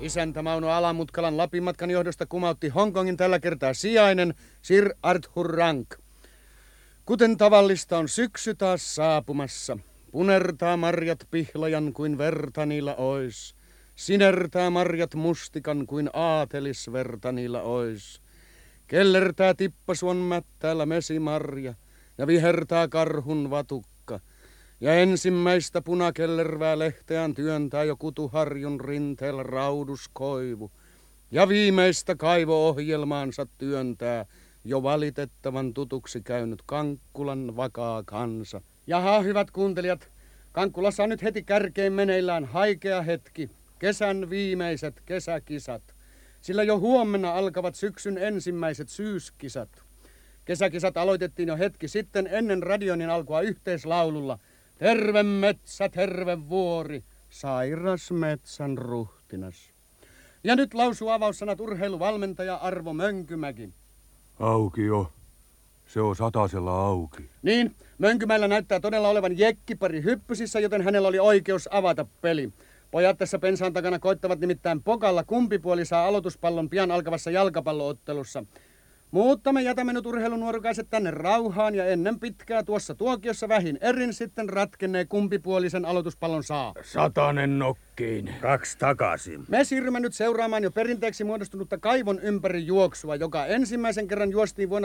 Isäntä Mauno Alamutkalan Lapinmatkan johdosta kumautti Hongkongin tällä kertaa sijainen Sir Arthur Rank. Kuten tavallista on syksy taas saapumassa. Punertaa marjat pihlajan kuin verta niillä ois. Sinertää marjat mustikan kuin aatelisverta niillä ois. Kellertää tippasuon mättäällä mesimarja ja vihertää karhun vatukka. Ja ensimmäistä punakellervää lehteään työntää jo kutuharjun rinteellä rauduskoivu. Ja viimeistä kaivo-ohjelmaansa työntää jo valitettavan tutuksi käynyt Kankkulan vakaa kansa. Jaha, hyvät kuuntelijat, Kankkulassa on nyt heti kärkein meneillään haikea hetki. Kesän viimeiset kesäkisat. Sillä jo huomenna alkavat syksyn ensimmäiset syyskisat. Kesäkisat aloitettiin jo hetki sitten ennen radionin alkua yhteislaululla. Terve metsä, terve vuori, sairas metsän ruhtinas. Ja nyt lausuu avaussanat urheiluvalmentaja Arvo Mönkymäki. Auki jo. Se on satasella auki. Niin, Mönkymäellä näyttää todella olevan jekkipari hyppysissä, joten hänellä oli oikeus avata peli. Pojat tässä pensaan takana koittavat nimittäin pokalla, kumpi puoli saa aloituspallon pian alkavassa jalkapalloottelussa. Mutta me jätämme nyt urheilunuorukaiset tänne rauhaan ja ennen pitkää tuossa tuokiossa vähin erin sitten ratkennee kumpipuolisen aloituspallon saa. Satanen nokkiin. 2 takaisin. Me siirrymme nyt seuraamaan jo perinteeksi muodostunutta kaivon ympäri juoksua, joka ensimmäisen kerran juostiin vuonna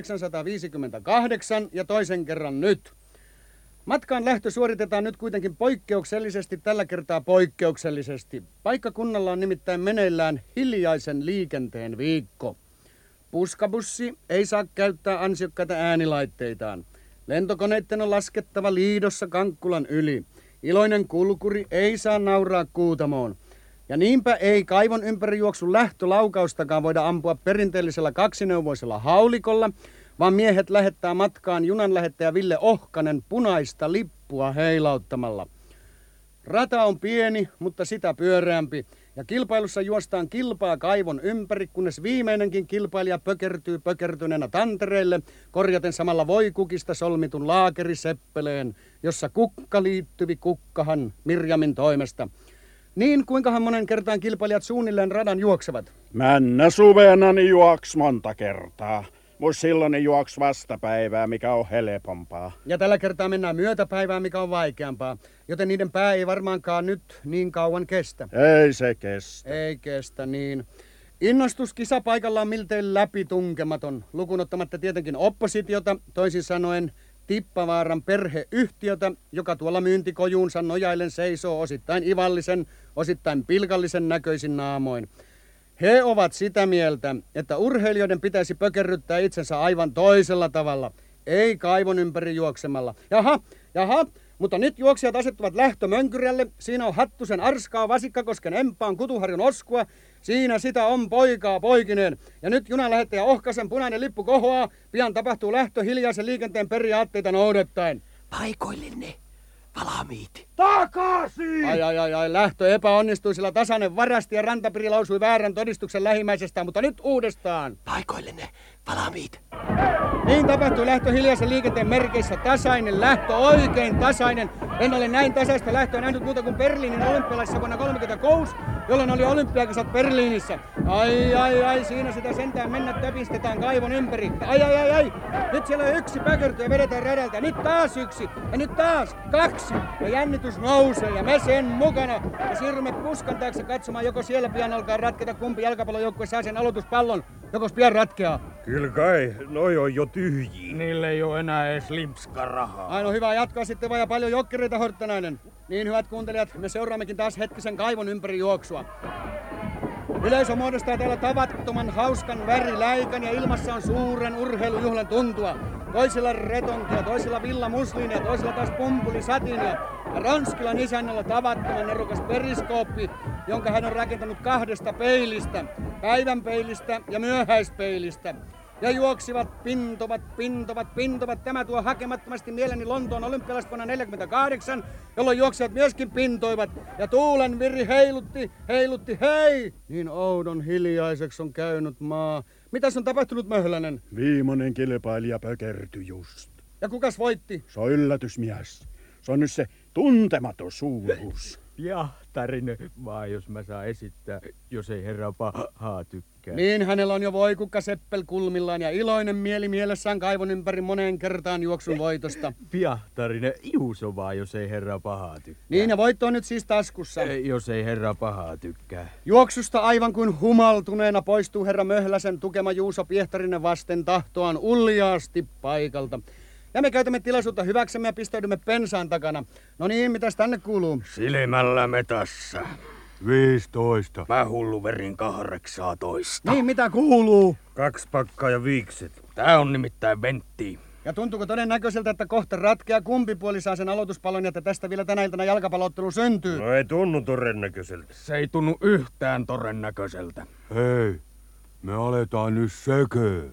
1958 ja toisen kerran nyt. Matkaan lähtö suoritetaan nyt kuitenkin poikkeuksellisesti, tällä kertaa poikkeuksellisesti. Paikkakunnalla on nimittäin meneillään hiljaisen liikenteen viikko. Puskabussi ei saa käyttää ansiokkaita äänilaitteitaan. Lentokoneiden on laskettava Liidossa Kankkulan yli. Iloinen kulkuri ei saa nauraa Kuutamoon. Ja niinpä ei kaivon ympärijuoksun lähtölaukaustakaan voida ampua perinteellisellä kaksineuvoisella haulikolla, vaan miehet lähettää matkaan junanlähettäjä Ville Ohkanen punaista lippua heilauttamalla. Rata on pieni, mutta sitä pyöreämpi. Ja kilpailussa juostaan kilpaa kaivon ympäri, kunnes viimeinenkin kilpailija pökertyy pökertyneenä tantereille, korjaten samalla voikukista solmitun laakeriseppeleen, jossa kukka liittyvi kukkahan Mirjamin toimesta. Niin, kuinkahan monen kertaan kilpailijat suunnilleen radan juoksevat? Männä suvenani juoks monta kertaa. Mut silloin juoks vastapäivää, mikä on helpompaa. Ja tällä kertaa mennään myötäpäivään, mikä on vaikeampaa. Joten niiden pää ei varmaankaan nyt niin kauan kestä. Ei se kestä. Ei kestä, niin. Innostus kisapaikalla on miltei läpitunkematon, lukunottamatta tietenkin oppositiota, toisin sanoen Tippavaaran perheyhtiötä, joka tuolla myyntikojuunsa nojaillen seisoo osittain ivallisen, osittain pilkallisen näköisin naamoin. He ovat sitä mieltä, että urheilijoiden pitäisi pökerryttää itsensä aivan toisella tavalla, ei kaivon ympäri juoksemalla. Jaha, mutta nyt juoksijat asettuvat lähtömönkyrälle. Siinä on Hattusen Arskaa, Vasikkakosken Empaan, Kutuharjun Oskua. Siinä sitä on poikaa poikineen. Ja nyt junanlähettäjä Ohkasen punainen lippu kohoaa. Pian tapahtuu lähtö hiljaisen liikenteen periaatteita noudattaen. Paikoillenne. Valmiit. Takaisin! Ai, lähtö epäonnistui, sillä tasainen varasti ja Rantapiri lausui väärän todistuksen lähimmäisestä, mutta nyt uudestaan. Paikoillenne. Valmiit. Niin tapahtui lähtö hiljaisen liikenteen merkeissä, tasainen lähtö, oikein tasainen. En ole näin tasaista lähtöä nähnyt muuta kuin Berliinin olympialaisissa vuonna 1936, jolloin oli olympiakisat Berliinissä. Ai, siinä sitä sentään mennä töpistetään kaivon ympäri. Ai. Nyt siellä on yksi pökerty ja vedetään radalta. Nyt taas yksi ja nyt taas 2. Ja jännitys nousee ja me sen mukana. Ja siirrymme puskan taakse katsomaan, joko siellä pian alkaa ratketa, kumpi jalkapallojoukkue saa sen aloituspallon. Jokos pian ratkeaa. Kyllä kai, noi on jo tyhjiä. Niille ei ole enää edes limpskarahaa. Aino hyvä jatkaa sitten vaan ja paljon jokkereita, Horttanainen. Niin, hyvät kuuntelijat, me seuraammekin taas hetkisen kaivon ympäri juoksua. Yleisö muodostaa täällä tavattoman hauskan väriläikän ja ilmassa on suuren urheilujuhlan tuntua. Toisilla retonkia, toisilla villamusliinia, toisilla taas pumpulisatinia. Ja Ronskilan isännällä tavattoman nerokas periskooppi, jonka hän on rakentanut 2 peilistä. Päivänpeilistä ja myöhäispeilistä. Ja juoksivat, pintovat. Tämä tuo hakemattomasti mieleni Lontoon olympialaiset vuonna 1948, jolloin juoksijat myöskin pintoivat. Ja tuulen viri heilutti, hei! Niin oudon hiljaiseksi on käynyt maa. Mitäs on tapahtunut, Möhlänen? Viimeinen kilpailija pökertyi just. Ja kukas voitti? Se on yllätysmies. Se on nyt se tuntematon suuruus. Piahtarin, vaan jos mä saan esittää, jos ei herra pahaa tykkää. Niin hänellä on jo voikukka seppel kulmillaan ja iloinen mieli mielessään kaivon ympäri moneen kertaan juoksun voitosta. Piahtarin, Juuso vaan, jos ei herra pahaa tykkää. Niin ja voitto on nyt siis taskussa. Jos ei herra pahaa tykkää. Juoksusta aivan kuin humaltuneena poistuu herra Möhläsen tukema Juuso Piehtarinen vasten tahtoaan uljaasti paikalta. Ja me käytämme tilaisuutta hyväksemme ja pistäydymme pensaan takana. No niin, mitäs tänne kuuluu? Silmällä metassa. 15. Mä hulluverin 18. Niin, mitä kuuluu? 2 pakkaa ja viikset. Tää on nimittäin Ventti. Ja tuntuuko todennäköiseltä, että kohta ratkeaa kumpi puoli saa sen aloituspallon ja että tästä vielä tänä iltana jalkapalloottelu syntyy? No ei tunnu todennäköiseltä. Se ei tunnu yhtään todennäköiseltä. Hei, me aletaan nyt sököö.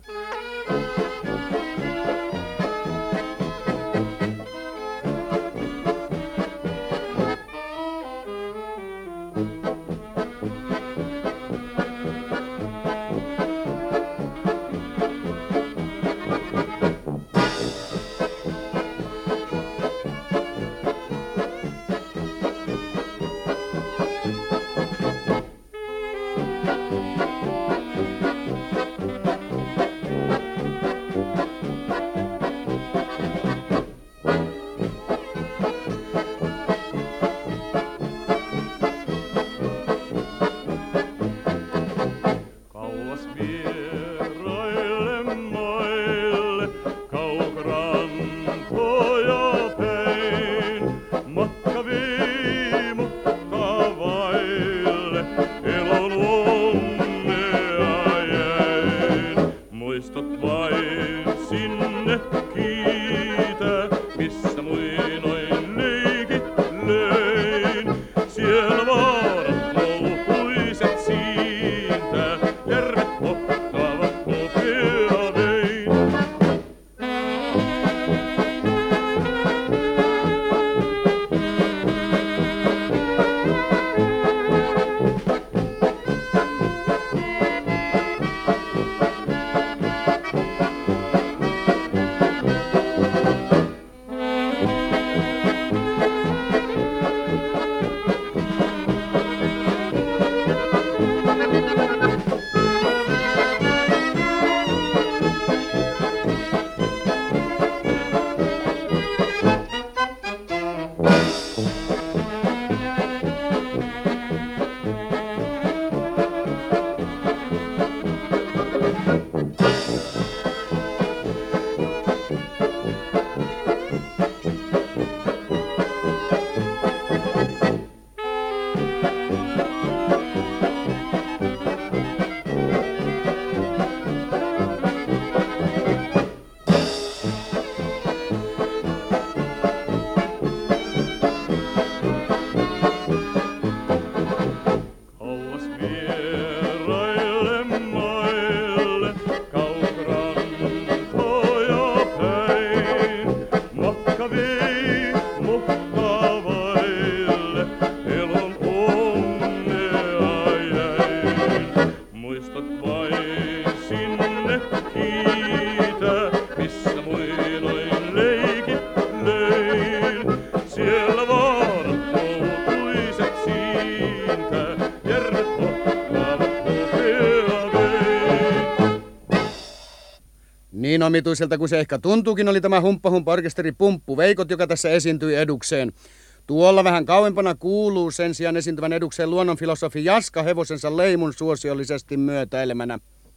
Niin omituiselta kuin se ehkä tuntuukin, oli tämä humppa-humppa-orkesteri Pumppu Veikot, joka tässä esiintyi edukseen. Tuolla vähän kauempana kuuluu sen sijaan esiintyvän edukseen luonnonfilosofi Jaska hevosensa Leimun suosiollisesti myötäilemänä.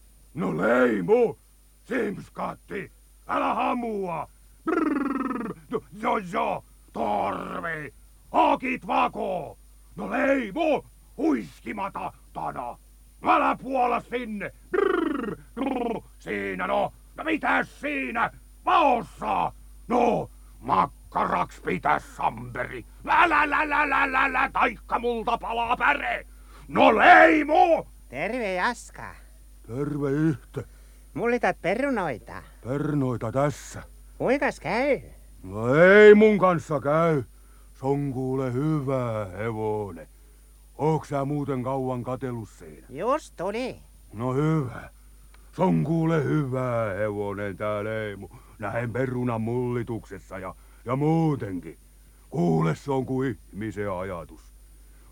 No Leimu! Simskatti! Älä hamua! Brrrr! Jo! Torvi! Hakit vako! No Leimu! Huiskimata tana! Älä puola sinne! Brrrr! Brrrr! Siinä no! No mitäs siinä? Vaossa! No! Makkaraks pitäs samperi! Lä! Taikka multa palaa päre! No Leimu! Terve Jaska. Terve yhtä. Mullitat perunoita. Pernoita tässä. Kuinkas käy? No ei mun kanssa käy. Se on kuule hyvä hevonen. Ootko sä muuten kauan katellut siinä? Just tuli. No hyvä. Se on kuule hyvä hevonen tää Leimu. Näin perunan mullituksessa ja muutenkin. Kuule se on kuin ihmisen ajatus.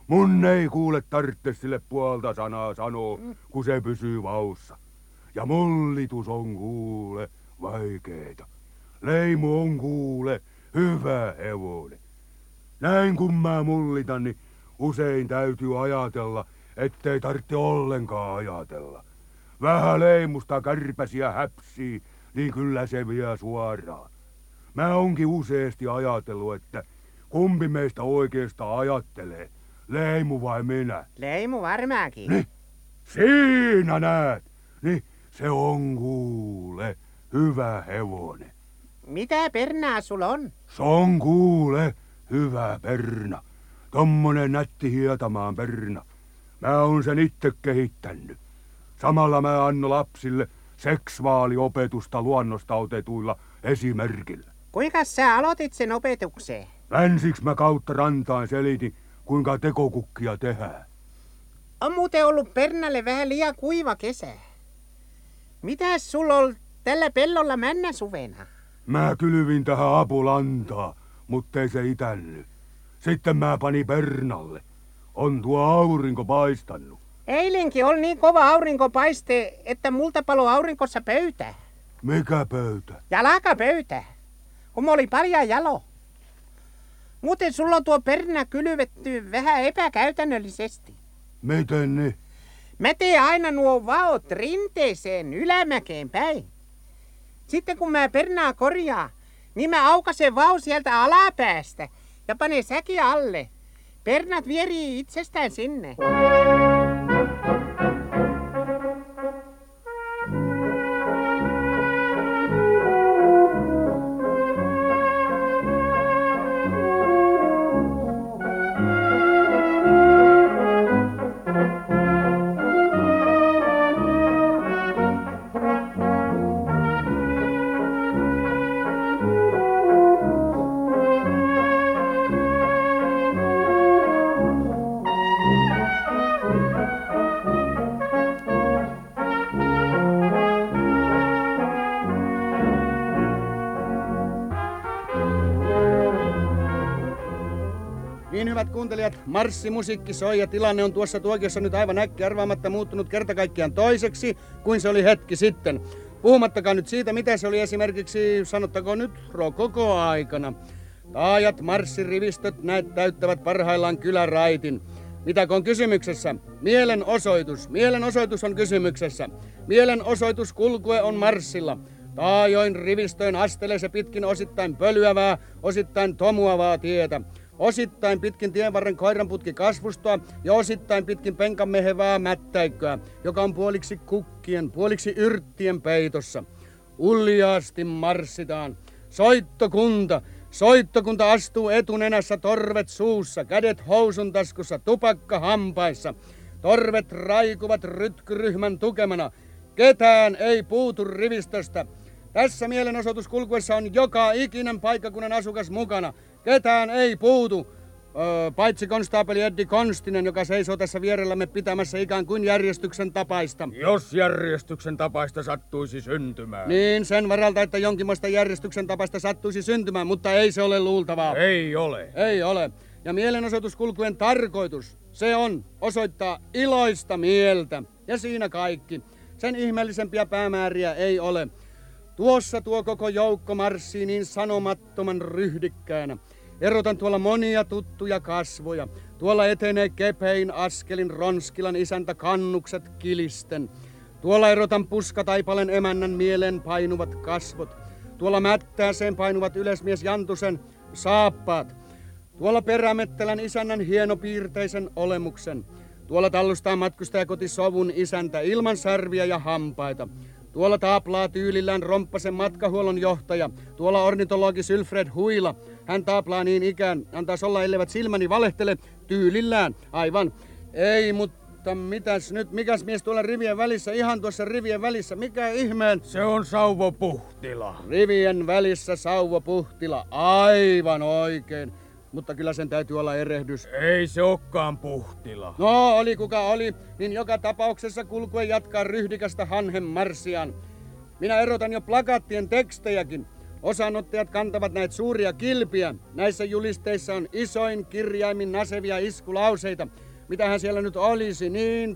Mun ei kuule tarvitse sille puolta sanaa sanoo, kun se pysyy vaussa. Ja mullitus on kuule vaikeeta. Leimu on kuule hyvä hevonen. Näin kun mä mullitan, niin usein täytyy ajatella, ettei tarvitse ollenkaan ajatella. Vähän leimusta kärpäsiä häpsii, niin kyllä se vie suoraan. Mä onkin useasti ajatellut, että kumpi meistä oikeastaan ajattelee, leimu vai minä. Leimu varmaankin. Niin, siinä näet. Niin, se on kuule hyvä hevonen. Mitä pernaa sulla on? Se on kuule hyvä perna. Tommonen nätti Hietamaan perna. Mä oon sen itse kehittänyt. Samalla mä annan lapsille seksuaaliopetusta luonnosta otetuilla esimerkillä. Kuinka sä aloitit sen opetukseen? Länsiksi mä kautta rantain selitin, kuinka tekokukkia tehdään. On muuten ollut pernalle vähän liian kuiva kesä. Mitäs sulla on tällä pellolla männä suvena? Mä kylvin tähän apulantaa, mutta ei se itännyt. Sitten mä pani pernalle. On tuo aurinko paistanut. Eilenkin oli niin kova aurinkopaiste, että multa palo aurinkossa pöytä. Mikä pöytä? Jalakapöytä. Kun mä olin paljon jalo. Muuten sulla on tuo perna kylvetty vähän epäkäytännöllisesti. Miten niin? Mä teen aina nuo vaot rinteeseen ylämäkeen päin. Sitten kun mä pernaa korjaa, niin mä aukasen vau sieltä alapäästä ja panen säki alle. Pernat vierii itsestään sinne. Niin hyvät kuuntelijat, marssimusiikki soi ja tilanne on tuossa tuokiossa nyt aivan äkki arvaamatta muuttunut kerta kaikkiaan toiseksi kuin se oli hetki sitten. Puhumattakaan nyt siitä, mitä se oli esimerkiksi, sanottako nyt, rokoko-aikana. Taajat marssirivistöt näet täyttävät parhaillaan kyläraitin. Mitäkö on kysymyksessä? Mielenosoitus. Mielenosoitus on kysymyksessä. Mielenosoitus kulkue on marssilla. Taajoin rivistöön astelee se pitkin osittain pölyävää, osittain tomuavaa tietä. Osittain pitkin tienvarren koiranputki kasvustoa ja osittain pitkin penkanmehevää mättäikköä, joka on puoliksi kukkien, puoliksi yrttien peitossa. Uljaasti marssitaan. Soittokunta astuu etunenässä, torvet suussa, kädet housun taskussa, tupakka hampaissa. Torvet raikuvat rytkyryhmän tukemana. Ketään ei puutu rivistöstä. Tässä mielenosoituskulkuessa on joka ikinen paikkakunnan asukas mukana. Ketään ei puutu, paitsi konstaapeli Eddi Konstinen, joka seisoo tässä vierellämme pitämässä ikään kuin järjestyksen tapaista. Jos järjestyksen tapaista sattuisi syntymään. Niin, sen varalta, että jonkinlaista järjestyksen tapaista sattuisi syntymään, mutta ei se ole luultavaa. Ei ole. Ei ole. Ja mielenosoituskulkujen tarkoitus, se on osoittaa iloista mieltä. Ja siinä kaikki. Sen ihmeellisempiä päämääriä ei ole. Tuossa tuo koko joukko marssii niin sanomattoman ryhdikkäänä. Erotan tuolla monia tuttuja kasvoja. Tuolla etenee kepein askelin Ronskilan isäntä kannukset kilisten. Tuolla erotan puskataipalen emännän mieleen painuvat kasvot. Tuolla mättääseen painuvat ylesmies Jantusen saappaat. Tuolla Perämettelän isännän hienopiirteisen olemuksen. Tuolla tallustaa matkustajakoti Sovun isäntä ilman sarvia ja hampaita. Tuolla taaplaa tyylillään Romppasen matkahuollon johtaja. Tuolla ornitologi Sylfred Huila. Hän taaplaa niin ikään, antaisi olla elleivät silmäni valehtele, tyylillään. Aivan. Ei, mutta mitäs nyt, mikäs mies tuolla rivien välissä, ihan tuossa rivien välissä, mikä ihmeen? Se on Sauvo Puhtila. Rivien välissä Sauvo Puhtila, aivan oikein. Mutta kyllä sen täytyy olla erehdys. Ei se olekaan Puhtila. No, oli kuka oli, niin joka tapauksessa kulkue jatkaa ryhdikästä hanhen marssiaan. Minä erotan jo plakaattien tekstejäkin. Osanottajat kantavat näitä suuria kilpiä. Näissä julisteissa on isoin kirjaimin nasevia iskulauseita. Mitähän siellä nyt olisi? Niin,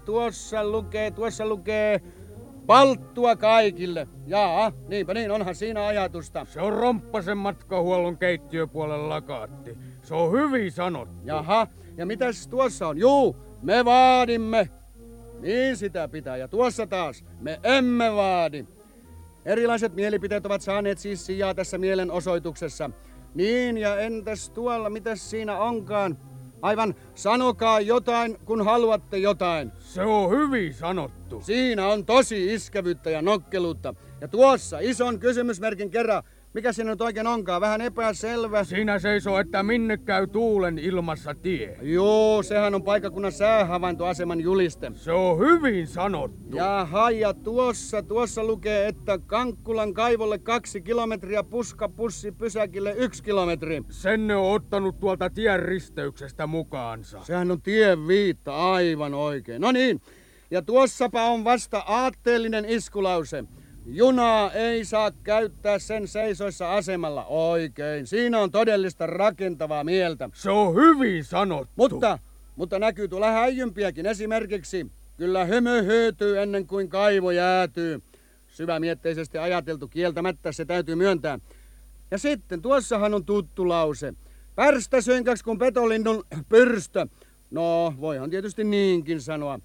tuossa lukee palttua kaikille. Jaa, niinpä niin, onhan siinä ajatusta. Se on Romppasen matkahuollon keittiöpuolella lakaatti. Se on hyvin sanottu. Jaha, ja mitäs tuossa on? Juu, me vaadimme. Niin sitä pitää. Ja tuossa taas, me emme vaadi. Erilaiset mielipiteet ovat saaneet siis sijaa tässä mielenosoituksessa. Niin, ja entäs tuolla, mitäs siinä onkaan? Aivan, sanokaa jotain, kun haluatte jotain. Se on hyvin sanottu. Siinä on tosi iskevyyttä ja nokkeluutta. Ja tuossa ison kysymysmerkin kerran. Mikä siinä nyt oikein onkaan? Vähän epäselvä. Siinä seisoo, että minne käy tuulen ilmassa tie. Joo, sehän on paikkakunnan säähavaintoaseman juliste. Se on hyvin sanottu. Jaha, ja tuossa lukee, että Kankkulan kaivolle 2 kilometriä, puskapussi pysäkille 1 kilometri. Sen ne on ottanut tuolta tien risteyksestä mukaansa. Sehän on tien viitta, aivan oikein. No niin, ja tuossapa on vasta aatteellinen iskulause. Junaa ei saa käyttää sen seisoissa asemalla. Oikein. Siinä on todellista rakentavaa mieltä. Se on hyvin sanottu. Mutta näkyy tuolla häijympiäkin. Esimerkiksi, kyllä hymy hyytyy ennen kuin kaivo jäätyy. Syvämietteisesti ajateltu, kieltämättä se täytyy myöntää. Ja sitten tuossahan on tuttu lause. Pärstä synkäks kuin petolinnun pyrstö. No, voihan tietysti niinkin sanoa.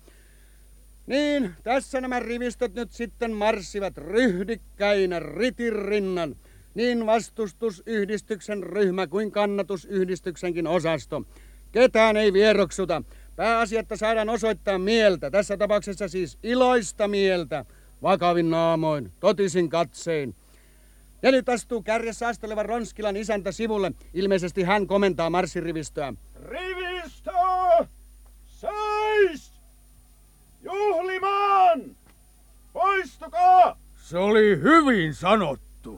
Niin, tässä nämä rivistöt nyt sitten marssivat ryhdikkäinä ritin rinnan. Niin vastustusyhdistyksen ryhmä kuin kannatusyhdistyksenkin osasto. Ketään ei vieroksuta. Pääasia, että saadaan osoittaa mieltä. Tässä tapauksessa siis iloista mieltä. Vakavin naamoin, totisin katsein. Ja nyt astuu kärjessä asteleva Ronskilan isäntä sivulle. Ilmeisesti hän komentaa marssirivistöä. Rivistö! Seis! Juhlimaan! Poistukaa! Se oli hyvin sanottu.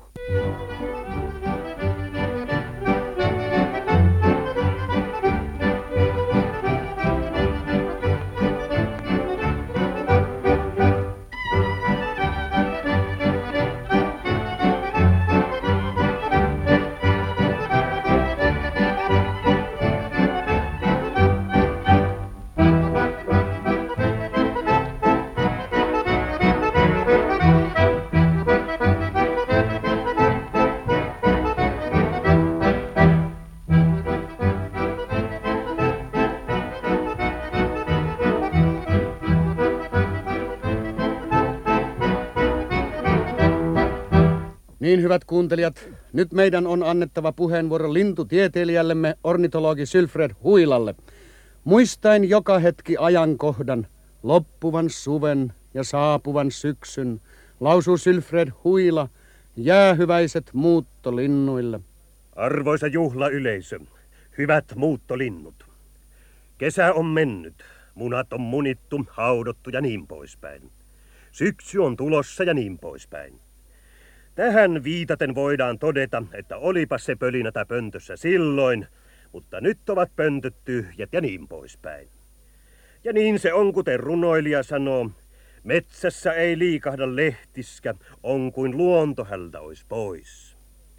Niin, hyvät kuuntelijat, nyt meidän on annettava puheenvuoro lintutieteilijällemme ornitologi Sylfred Huilalle. Muistaen joka hetki ajankohdan, loppuvan suven ja saapuvan syksyn, lausuu Sylfred Huila jäähyväiset muuttolinnuille. Arvoisa juhlayleisö, hyvät muuttolinnut. Kesä on mennyt, munat on munittu, haudottu ja niin poispäin. Syksy on tulossa ja niin poispäin. Tähän viitaten voidaan todeta, että olipa se pölinätä pöntössä silloin, mutta nyt ovat pöntöt tyhjät ja niin poispäin. Ja niin se on, kuten runoilija sanoo, metsässä ei liikahda lehtiskä, on kuin luonto hältä ois pois.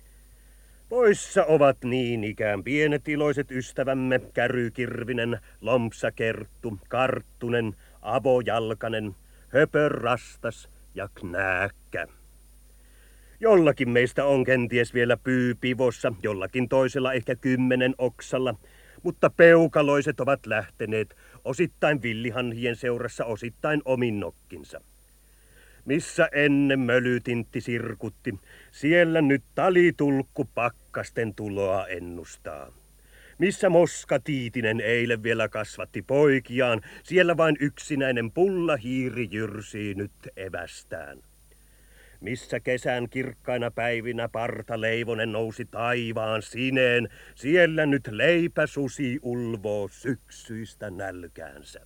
Poissa ovat niin ikään pienet iloiset ystävämme, Kärykirvinen, Lompsakerttu, Karttunen, Avojalkanen, Höpörastas ja Knääkkä. Jollakin meistä on kenties vielä pyy pivossa, jollakin toisella ehkä 10 oksalla, mutta peukaloiset ovat lähteneet osittain villihanhien seurassa, osittain omin nokkinsa. Missä ennen mölytintti sirkutti, siellä nyt talitulkku pakkasten tuloa ennustaa. Missä moskatiitinen eilen vielä kasvatti poikiaan, siellä vain yksinäinen pullahiiri jyrsii nyt evästään. Missä kesän kirkkaina päivinä partaleivonen nousi taivaan sineen, siellä nyt leipäsusi ulvoo syksyistä nälkäänsä.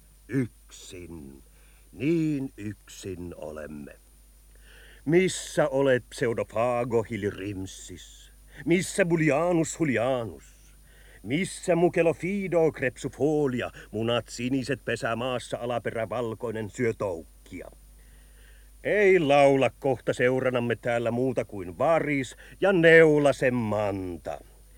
Yksin, niin yksin olemme. Missä olet pseudophago hilirimsis? Missä Bullianus Julianus? Missä Mucelofido crepsufolia, munat siniset pesämaassa, alaperä valkoinen syö toukkia? Ei laula kohta seuranamme täällä muuta kuin Varis ja Neulasen Manta.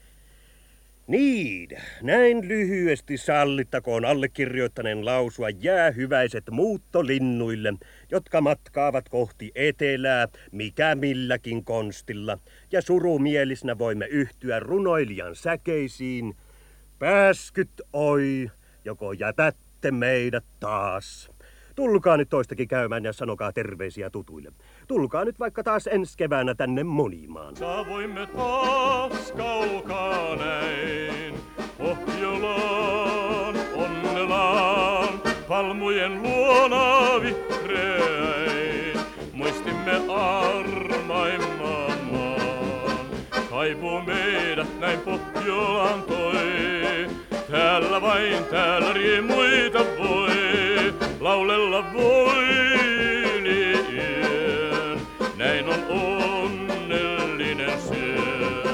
Niin, näin lyhyesti sallittakoon allekirjoittaneen lausua jäähyväiset muuttolinnuille, jotka matkaavat kohti etelää mikä milläkin konstilla, ja surumielisnä voimme yhtyä runoilijan säkeisiin. Pääskyt oi, joko jätätte meidät taas. Tulkaa nyt toistakin käymään ja sanokaa terveisiä tutuille. Tulkaa nyt vaikka taas ensi keväänä tänne Monimaan. Saavuimme taas kaukaa näin, Pohjolaan, Onnelaan, palmujen luona vihreäin. Muistimme armaimman maan, kaipuu meidät näin Pohjolaan toi. Täällä vain, täällä riemuita voi, laulella voi niin yön, näin on onnellinen syön.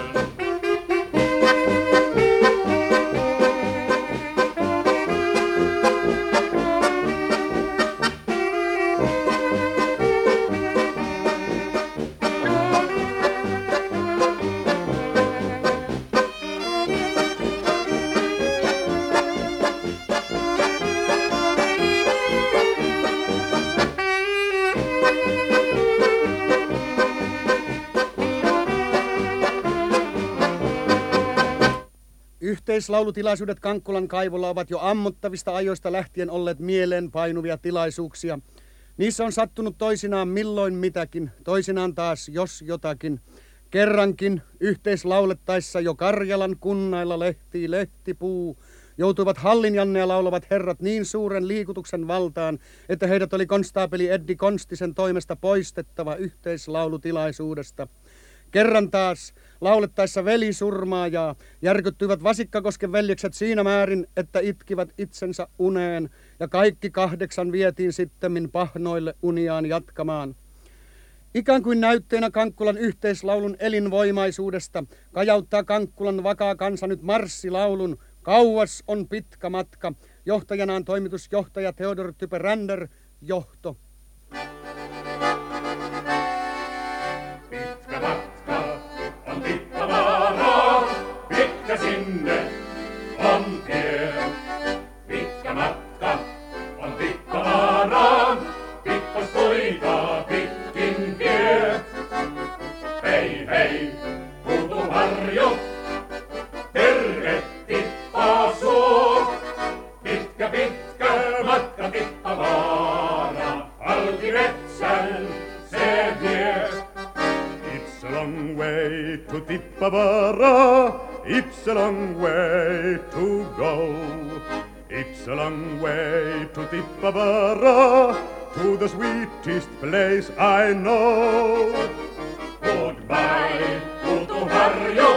Yhteislaulutilaisuudet Kankkulan kaivolla ovat jo ammottavista ajoista lähtien olleet mieleen painuvia tilaisuuksia. Niissä on sattunut toisinaan milloin mitäkin, toisinaan taas jos jotakin. Kerrankin yhteislaulettaessa jo Karjalan kunnailla lehtii lehtipuu, joutuivat Hallinjannea laulavat herrat niin suuren liikutuksen valtaan, että heidät oli konstaapeli Eddi Konstisen toimesta poistettava yhteislaulutilaisuudesta. Kerran taas laulettaessa velisurmaajaa järkyttyivät Vasikkakosken veljekset siinä määrin, että itkivät itsensä uneen, ja kaikki 8 vietiin sittemmin pahnoille uniaan jatkamaan. Ikään kuin näytteenä Kankkulan yhteislaulun elinvoimaisuudesta kajauttaa Kankkulan vakaa kansa nyt marssilaulun Kauas on pitkä matka. Johtajanaan toimitusjohtaja Theodor Typer-Ränder, johto. Pitkä matka on Tippavaaraan, pitkä sinne on tie. Pitkä matka on Tippavaaraan, pikkaspoikaa pitkin vie. Hei hei, Kuutuharju, terve Tippasuu. Pitkä matka Tippavaaraan, halki metsän se vie. It's a long way to Tippavaara, it's a long way to go. It's a long way to Tippavaara, to the sweetest place I know. Goodbye, Kuutuharju,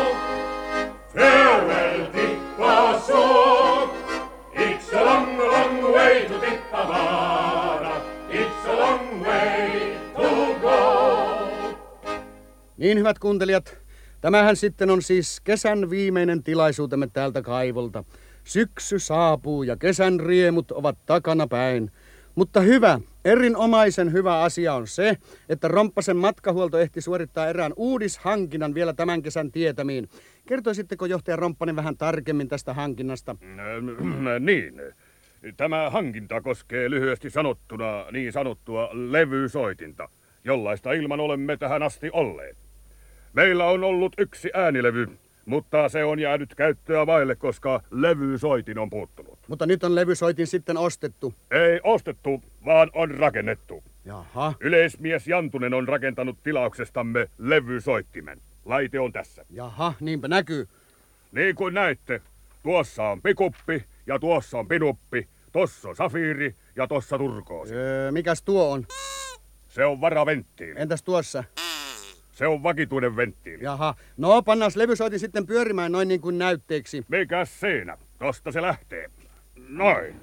farewell Tippasuu. It's a long, long way to Tippavaara, it's a long way to go. Niin, hyvät kuuntelijat, tämähän sitten on siis kesän viimeinen tilaisuutemme täältä kaivolta. Syksy saapuu ja kesän riemut ovat takana päin. Mutta erinomaisen hyvä asia on se, että Romppasen matkahuolto ehti suorittaa erään uudishankinnan vielä tämän kesän tietämiin. Kertoisitteko johtaja Romppanen vähän tarkemmin tästä hankinnasta? Niin. Tämä hankinta koskee lyhyesti sanottuna niin sanottua levysoitinta, jollaista ilman olemme tähän asti olleet. Meillä on ollut yksi äänilevy, mutta se on jäänyt käyttöä vaille, koska levysoitin on puuttunut. Mutta nyt on levysoitin sitten ostettu. Ei ostettu, vaan on rakennettu. Jaha. Yleismies Jantunen on rakentanut tilauksestamme levysoittimen. Laite on tässä. Jaha, niinpä näkyy. Niin kuin näette, tuossa on pikuppi ja tuossa on pinuppi, tossa on safiiri ja tossa turkoosi. Mikäs tuo on? Se on varaventtiili. Entäs tuossa? Se on vakituinen venttiili. Jaha, no pannaan levysoitin sitten pyörimään noin niin kuin näytteeksi. Mikäs siinä? Tosta se lähtee. Noin.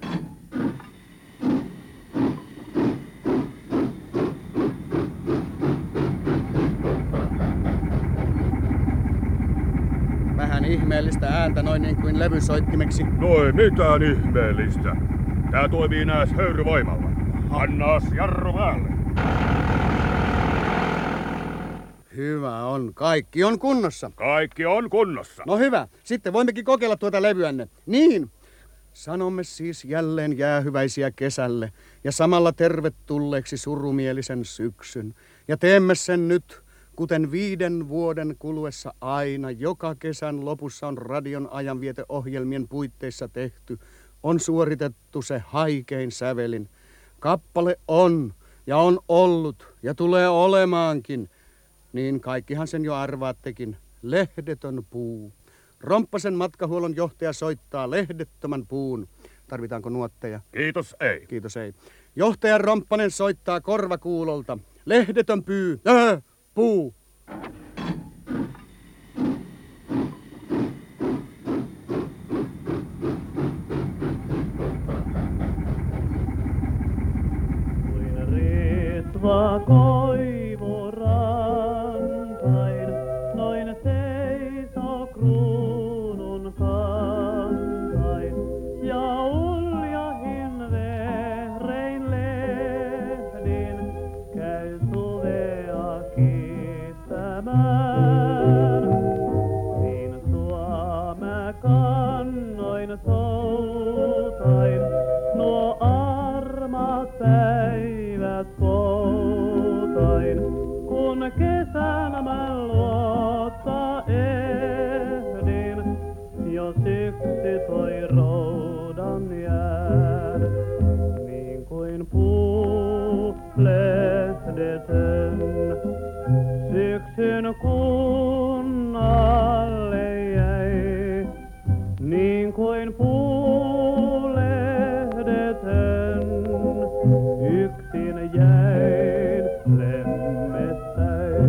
Vähän ihmeellistä ääntä noin niin kuin levysoittimeksi. Noin mitään ihmeellistä. Tää toimii nääs höyryvoimalla. Annaas jarru päälle. Hyvä on. Kaikki on kunnossa. Kaikki on kunnossa. No hyvä. Sitten voimmekin kokeilla tuota levyänne. Niin. Sanomme siis jälleen jäähyväisiä kesälle ja samalla tervetulleeksi surumielisen syksyn. Ja teemme sen nyt, kuten 5 vuoden kuluessa aina, joka kesän lopussa on radion ajanvieteohjelmien puitteissa tehty, on suoritettu se haikein sävelin. Kappale on ja on ollut ja tulee olemaankin, niin kaikkihan sen jo arvaattekin, lehdetön puu. Romppasen matkahuollon johtaja soittaa lehdettömän puun. Tarvitaanko nuotteja? Kiitos, ei. Kiitos, ei. Johtaja Romppanen soittaa korvakuulolta. Lehdetön puu. Kuin ritva koivu rantain, noin seisoo kruunun kantain. Ja uljahin vehrein lehdin käy suvea kiittämään. Niin sua mä kannoin soutain, nuo armat päivät poutain, kun kesänä mä luottaa ehdin, jo syksy toi roudan jään, niin kuin puu lehdetön syksyn kunnalle jäi, niin kuin puu lehdetön yksin jäin lemmettäin.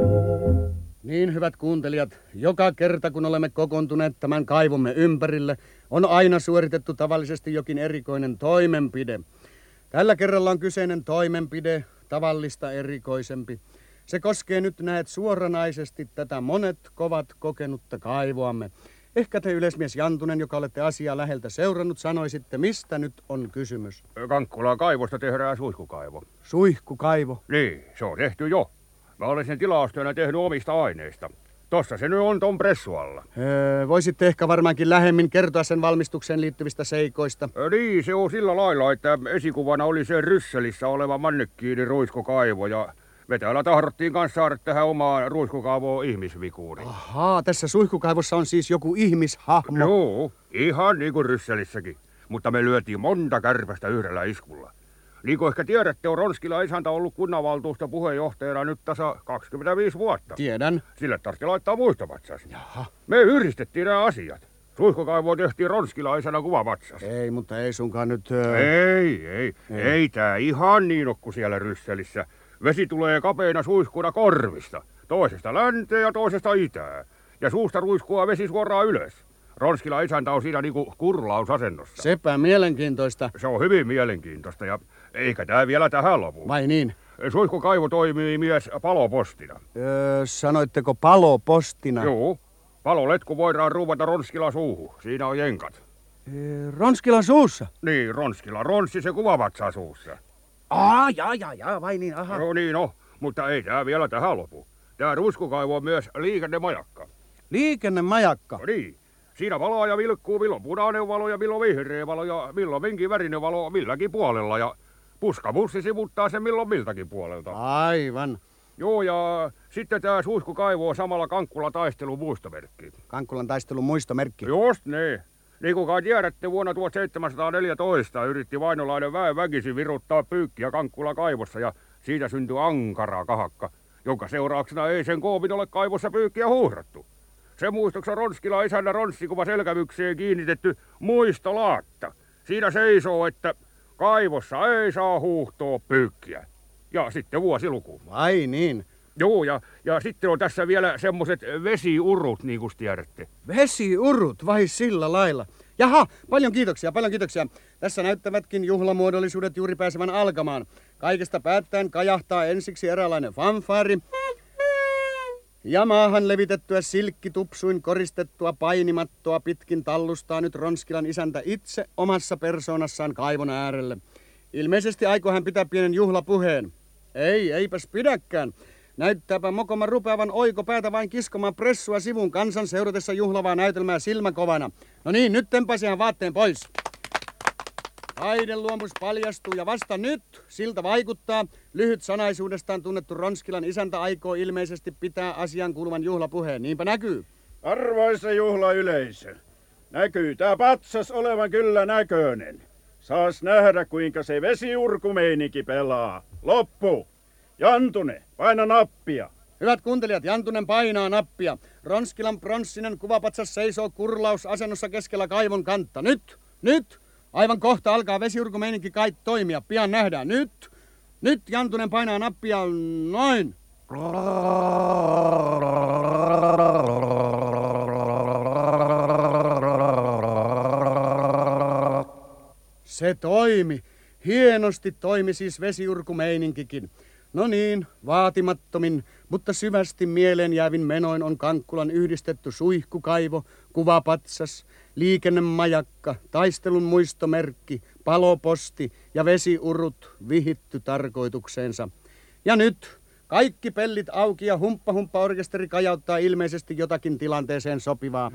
Niin, hyvät kuuntelijat, joka kerta kun olemme kokoontuneet tämän kaivomme ympärille, on aina suoritettu tavallisesti jokin erikoinen toimenpide. Tällä kerralla on kyseinen toimenpide tavallista erikoisempi. Se koskee nyt näet suoranaisesti tätä monet kovat kokenutta kaivoamme. Ehkä te yleismies Jantunen, joka olette asiaa läheltä seurannut, sanoisitte, mistä nyt on kysymys. Kankkulan kaivosta tehdään suihkukaivo. Suihkukaivo. Niin, se on tehty jo. Mä olen sen tilaustyönä tehnyt omista aineista. Tossa se nyt on ton pressualla. Voisitte ehkä varmaankin lähemmin kertoa sen valmistukseen liittyvistä seikoista. Niin, se on sillä lailla, että esikuvana oli se Rysselissä oleva mannekiini ruiskokaivo ja me täällä tahdottiin kanssa saada tähän omaan ruiskokaivoon ihmisvikuuri. Ahaa, tässä suihkukaivossa on siis joku ihmishahmo. Joo, ihan niin kuin Rysselissäkin. Mutta me lyötiin monta kärpästä yhdellä iskulla. Niin kuin ehkä tiedätte, on Ronskilan isäntä ollut kunnanvaltuuston puheenjohtajana nyt tasa 25 vuotta. Tiedän. Sille tarvitsi laittaa muistovatsas. Jaha. Me yhdistettiin nämä asiat. Suihkukaivoa tehtiin Ronskilan isänä kuvavatsas. Ei, mutta ei sunkaan nyt... Ei tää ihan niin ole kuin siellä Rysselissä. Vesi tulee kapeina suihkuna korvista. Toisesta länteen ja toisesta itään. Ja suusta ruiskua vesi suoraan ylös. Ronskilan isäntä on siinä niinku kurlausasennossa. Sepä mielenkiintoista. Se on hyvin mielenkiintoista ja eikä tää vielä tähän lopu. Vai niin? Suihkukaivo toimii myös palopostina. Sanoitteko palopostina? Joo. Paloletku voidaan ruuvata Ronskilan suuhun. Siinä on jenkat. Ronskilan suussa? Niin, Ronskilan Ronssi se kuvavatsaa suussa. Jaa, vai niin, aha. Joo niin on, mutta ei tää vielä tähän lopu. Tää ruiskukaivo on myös liikennemajakka. Liikennemajakka? No niin. Siinä valaa ja vilkkuu milloin punainen valo ja milloin vihreä valo ja milloin minkin värinen valo milläkin puolella ja puskabussi sivuttaa sen milloin miltäkin puolelta. Aivan. Joo ja sitten tää suihkukaivo on samalla Kankkulan taistelun muistomerkki. Kankkulan taistelun muistomerkki? Just niin. Niin kuin kai tiedätte, vuonna 1714 yritti vainolainen väen väkisin viruttaa pyykkiä Kankkulan kaivossa ja siitä syntyi ankara kahakka, jonka seurauksena ei sen koommin ole kaivossa pyykkiä huuhrattu. Se muistoksi on Ronskilan isännä ronssikuva selkävykseen kiinnitetty muistolaatta. Siinä seisoo, että kaivossa ei saa huuhtoa pyykkiä. Ja sitten vuosiluku. Vai niin? Joo, ja sitten on tässä vielä semmoset vesiurut, niin kuin tiedätte. Vesiurut, vai sillä lailla? Jaha, paljon kiitoksia. Tässä näyttävätkin juhlamuodollisuudet juuri pääsevän alkamaan. Kaikesta päättäen kajahtaa ensiksi eräänlainen fanfaari. Ja maahan levitettyä silkkitupsuin koristettua painimattoa pitkin tallustaa nyt Ronskilan isäntä itse omassa persoonassaan kaivon äärelle. Ilmeisesti aikoo hän pitää pienen juhlapuheen. Eipäs pidäkään. Näyttääpä mokoma rupeavan oikopäätä vain kiskomaan pressua sivun kansan seuratessa juhlavaa näytelmää silmäkovana. No niin, nyt tempasi hän vaatteen pois. Taideluomus paljastuu ja vasta nyt, siltä vaikuttaa, lyhyt sanaisuudestaan tunnettu Ronskilan isäntä aikoo ilmeisesti pitää asian kuuluvan juhlapuheen. Niinpä näkyy. Arvoisa juhlayleisö, näkyy tää patsas olevan kyllä näköinen. Saas nähdä, kuinka se vesiurkumeininki pelaa. Loppu! Jantune, paina nappia. Hyvät kuuntelijat, Jantunen painaa nappia. Ronskilan pronssinen kuvapatsas seisoo kurlausasennossa keskellä kaivon kantta. Nyt! Aivan kohta alkaa vesiurkumeininki kai toimia. Pian nähdään. Nyt Jantunen painaa nappia. Noin. Se toimi. Hienosti toimi siis vesiurkumeininkikin. No niin, vaatimattomin, mutta syvästi mieleen jäävin menoin on Kankkulan yhdistetty suihkukaivo, kuvapatsas, liikennemajakka, taistelun muistomerkki, paloposti ja vesiurut vihitty tarkoitukseensa. Ja nyt kaikki pellit auki ja humppa-orkesteri kajauttaa ilmeisesti jotakin tilanteeseen sopivaa.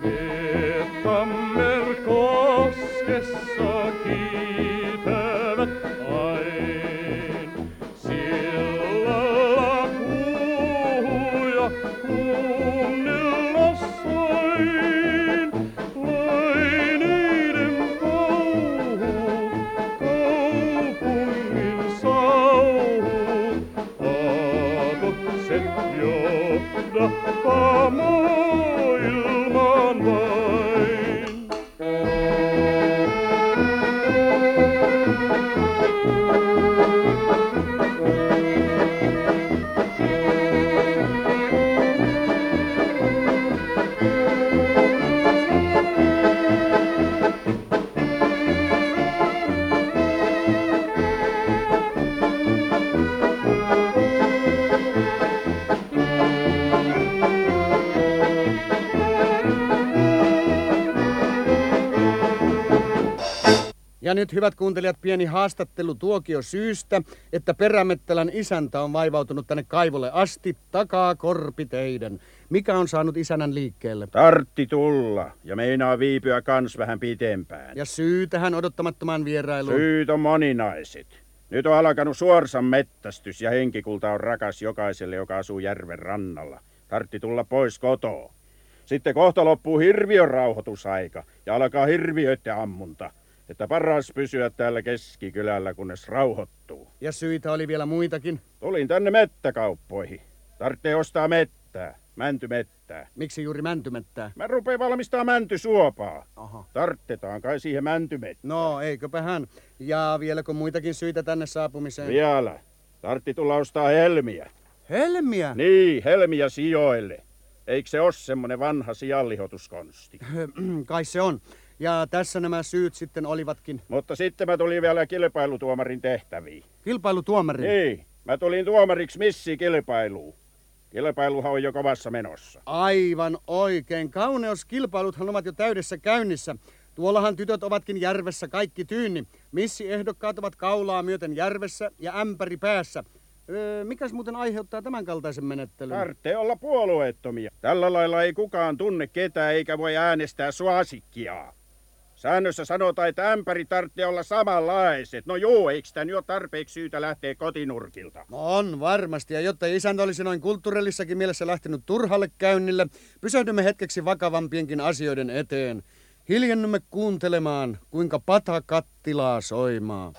Ja nyt, hyvät kuuntelijat, pieni haastattelu tuokio syystä, että Perämettälän isäntä on vaivautunut tänne kaivolle asti takaa korpiteiden. Mikä on saanut isännän liikkeelle? Tartti tulla ja meinaa viipyä kans vähän pitempään. Ja syy tähän odottamattomaan vierailuun? Syyt on moninaiset. Nyt on alkanut suorsan mettästys ja henkikulta on rakas jokaiselle, joka asuu järven rannalla. Tartti tulla pois kotoa. Sitten kohta loppuu hirviön rauhoitusaika ja alkaa hirviöiden ammunta. Että paras pysyä täällä keskikylällä, kunnes rauhoittuu. Ja syitä oli vielä muitakin? Tulin tänne mettäkauppoihin. Tarvitsee ostaa mettää, mäntymettää. Miksi juuri mäntymettää? Mä rupeen valmistaa mäntysuopaa. Aha. Tarttetaan kai siihen mäntymettää. No, eiköpä hän. Ja vieläkö muitakin syitä tänne saapumiseen? Vielä. Tartti tulla ostaa helmiä. Helmiä? Niin, helmiä sijoille. Eikö se ole semmonen vanha sianlihotuskonsti? Kai se on. Ja tässä nämä syyt sitten olivatkin. Mutta sitten mä tulin vielä kilpailutuomarin tehtäviin. Kilpailutuomarin? Niin, mä tulin tuomariksi missikilpailuun. Kilpailuhan on jo kovassa menossa. Aivan oikein. Kauneuskilpailuthan ovat jo täydessä käynnissä. Tuollahan tytöt ovatkin järvessä kaikki tyynni. Missiehdokkaat ovat kaulaa myöten järvessä ja ämpäri päässä. Mikäs muuten aiheuttaa tämän kaltaisen menettelyn? Tarvitsee olla puolueettomia. Tällä lailla ei kukaan tunne ketään eikä voi äänestää suosikkiaa. Säännössä sanotaan, että ämpäri tarvitsee olla samanlaiset. No juu, eikö tän jo tarpeeksi syytä lähteä kotinurkilta? No on varmasti, ja jotta isäntä olisi noin kulttuurillissakin mielessä lähtenyt turhalle käynnille, pysähdymme hetkeksi vakavampienkin asioiden eteen. Hiljennymme kuuntelemaan, kuinka pata kattilaa soimaa.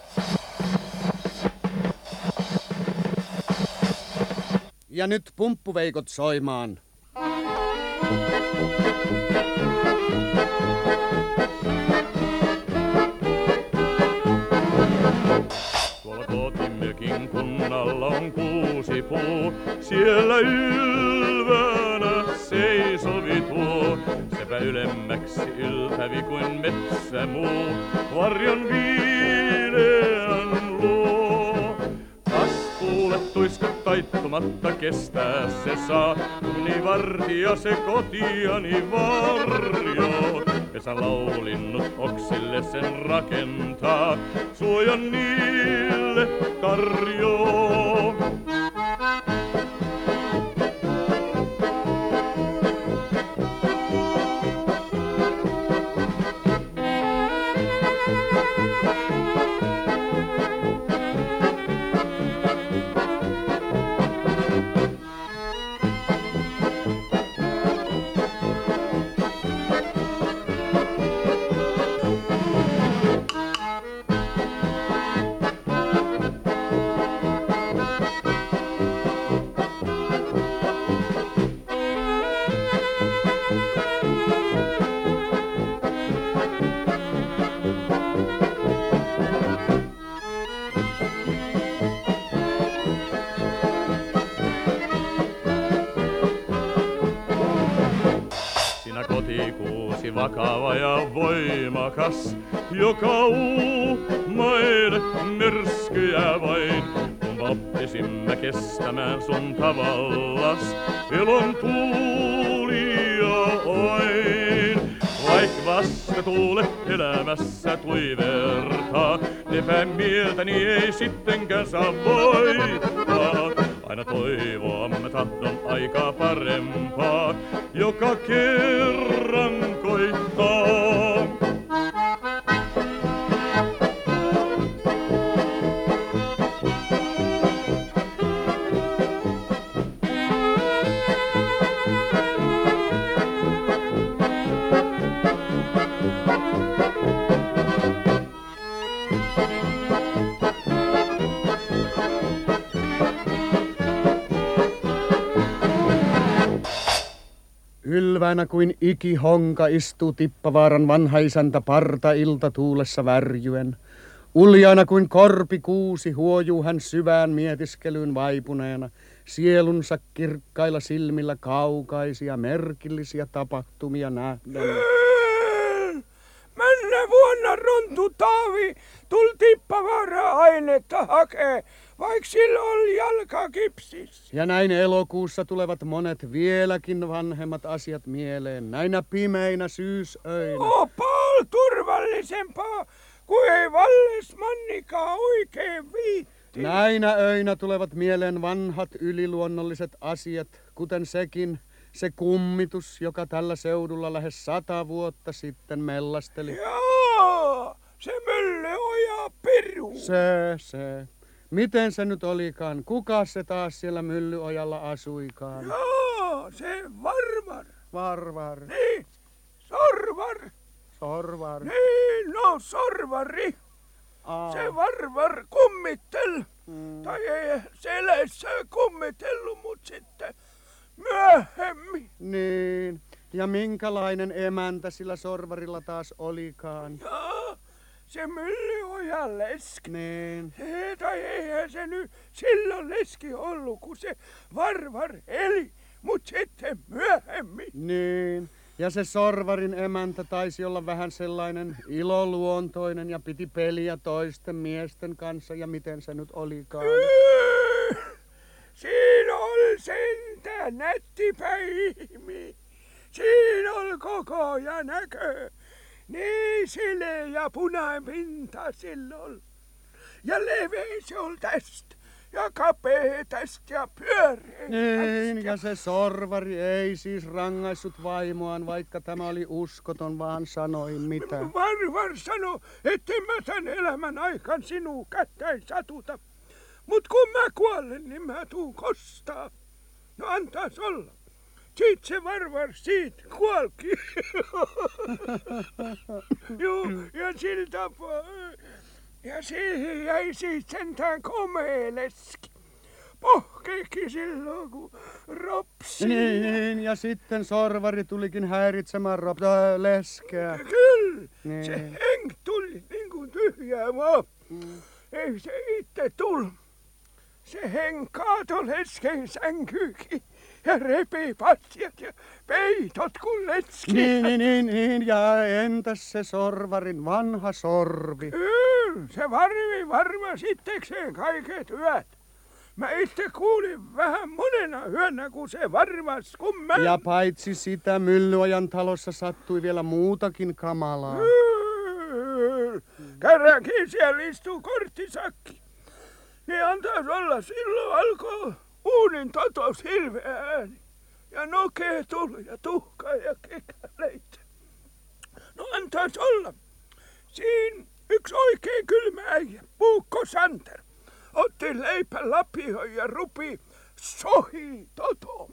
Ja nyt pumppuveikot soimaan. Tuolla kotimmekin kunnalla on kuusipuu, siellä ylvänä seisovi tuo. Sepä ylemmäksi yltävi kuin metsä muu, varjon viileän luo. Kas kuule tuiskut taittumatta kestää se saa, niin vartija se kotiani varjo. Pesän laulinnut oksille sen rakentaa, suojan niille tarjoo. Lapsi vakava ja voimakas, joka meille myrskyjä vain. Kun oppisimme kestämään sun tavallas, ilon tuulia oin. Vaik vasta tuule elämässä tuivertaa, epämieltäni ei sittenkään saa voittaa. Aina toivoamme tahdon aikaa parempaa, joka kerran koittaa. Ylväänä kuin ikihonka istuu Tippavaaran vanha isäntä parta iltatuulessa värjyen. Uljaana kuin korpikuusi huojuu hän syvään mietiskelyyn vaipuneena, sielunsa kirkkailla silmillä kaukaisia merkillisiä tapahtumia nähden. Mennä vuonna Runtu Taavi tuli Tippavaaraa ainetta hakee, vaik sillä oli jalka kipsissä. Ja näin elokuussa tulevat monet vieläkin vanhemmat asiat mieleen, näinä pimeinä syysöinä. Paljon turvallisempaa, kuin ei vallesmannikaan oikein viitti. Näinä öinä tulevat mieleen vanhat yliluonnolliset asiat, kuten se kummitus, joka tällä seudulla lähes 100 vuotta sitten mellasteli. Jaa, se Myllyoja Piru. Se. Miten se nyt olikaan? Kuka se taas siellä Myllyojalla asuikaan? Jaa, se Varvar. Varvar. Niin, Sorvar. Niin, no Sorvari. Se Varvar kummittel. Tai ei seleissä kummitellut, mut sitten myöhemmin. Niin, ja minkälainen emäntä sillä Sorvarilla taas olikaan? Jaa, se Myllyojan leski. Niin. Tai eihän se nyt silloin leski ollut, kun se Varvar eli, mut sitten myöhemmin. Niin. Ja se Sorvarin emäntä taisi olla vähän sellainen iloluontoinen ja piti peliä toisten miesten kanssa, ja miten se nyt olikaan? Siinä oli sentään nättipä ihmi. Siinä oli koko ja näkö. Niin sile ja punainen pinta silloin. Ja leveä se oli tästä. Ja kapea tästä ja pyöreä. Niin, ja se Sorvari ei siis rangaissut vaimoaan, vaikka tämä oli uskoton, vaan sanoi mitä. Varvar sanoi, etten mä tän elämän aikan sinua kättäin satuta. Mut kun mä kuolen, niin mä tuun kostaa. No antaas olla. Siit se Varvar siitä kuolki. Juu, ja sillä tapaa. Ja siihen jäi siitä sentään komea leski. Pohkeekin silloin, kun ropsi. Niin, ja sitten Sorvari tulikin häiritsemään leskeä. Kyllä, niin. Se henk tuli niin kuin tyhjää vaan. Ei se itse tullut. Se henk kaatoi lesken sänkyykin ja repi patjat ja peitot kun leski. Niin, ja entäs se Sorvarin vanha sorvi? Se varvi varma sittekseen kaiket yöt. Mä itse kuulin vähän monena yönä, kun se varmas kun mä... Ja paitsi sitä Myllyojan talossa sattui vielä muutakin kamalaa. Kerrankin siellä istuu korttisakki. Niin antais olla, silloin alkoi uunin totos hirveä ääni. Ja nokee tuli ja tuhkaa ja kekäleitä. No antais olla. Siinä yksi oikein kylmä äijä, Puukko Santer, otti leipän lapioon ja rupi sohii totoon.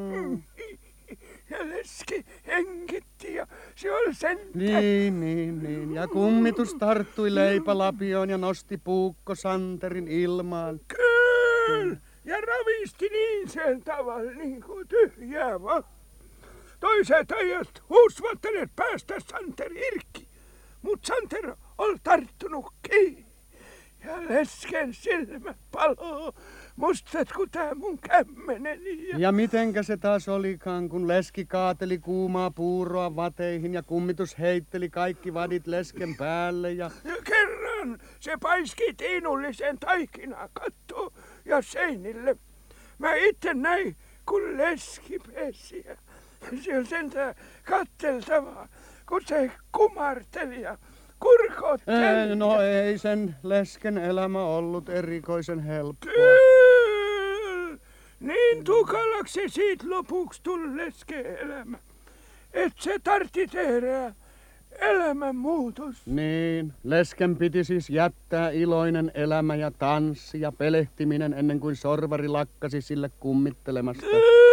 Ja leski hengitti ja se oli sentään. Niin. Ja kummitus tarttui leipälapioon ja nosti Puukko Santerin ilmaan. Kyllä. Ja ravisti niin sen tavalla niin kuin tyhjää vaan. Toiset ajat huusvattelet päästä Santer irkki. Mut Santer oli tarttunut kiinni. Ja lesken silmät paloo, mustat kuin tää mun kämmeneni. Ja mitenkä se taas olikaan, kun leski kaateli kuumaa puuroa vateihin ja kummitus heitteli kaikki vadit lesken päälle ja Kerran se paiski tiinullisen taikinaa kattoon ja seinille. Mä itse näin, kun leski pesi. Se on sentään katteltavaa, kun se kumarteli ja kurkotteli. No ei sen lesken elämä ollut erikoisen helppoa. Kyllä! Niin tukalaksi se siitä lopuksi tuli lesken elämä, että se tartti tehdä elämänmuutos. Niin, lesken piti siis jättää iloinen elämä ja tanssi ja pelehtiminen ennen kuin sorvari lakkasi sille kummittelemasta.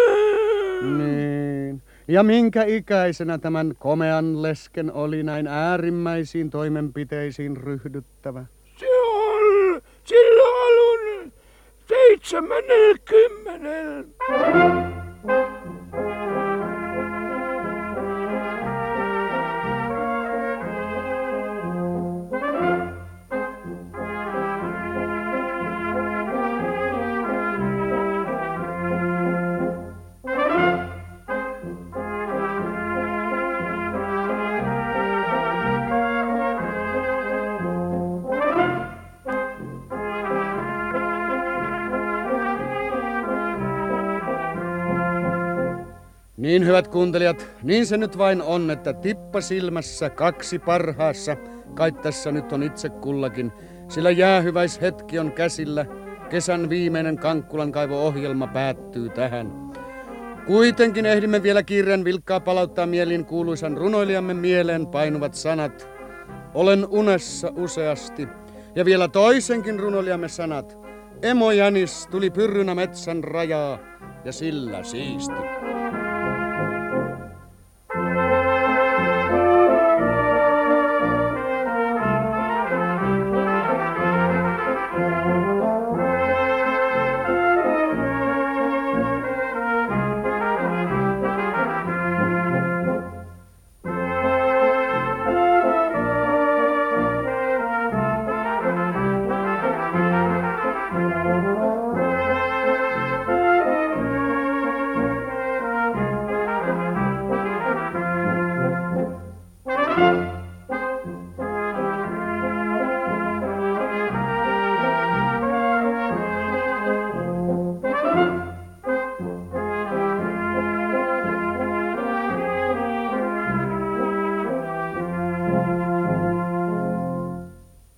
Niin. Ja minkä ikäisenä tämän komean lesken oli näin äärimmäisiin toimenpiteisiin ryhdyttävä? Se on silloin alun 70. Niin hyvät kuuntelijat, niin se nyt vain on, että tippa silmässä, kaksi parhaassa, kai tässä nyt on itse kullakin, sillä jäähyväishetki on käsillä, kesän viimeinen Kankkulan kaivo-ohjelma päättyy tähän. Kuitenkin ehdimme vielä kiireen vilkkaa palauttaa mieliin kuuluisan runoilijamme mieleen painuvat sanat. Olen unessa useasti. Ja vielä toisenkin runoilijamme sanat. Emo Jänis tuli pyrrynä metsän rajaa ja sillä siisti.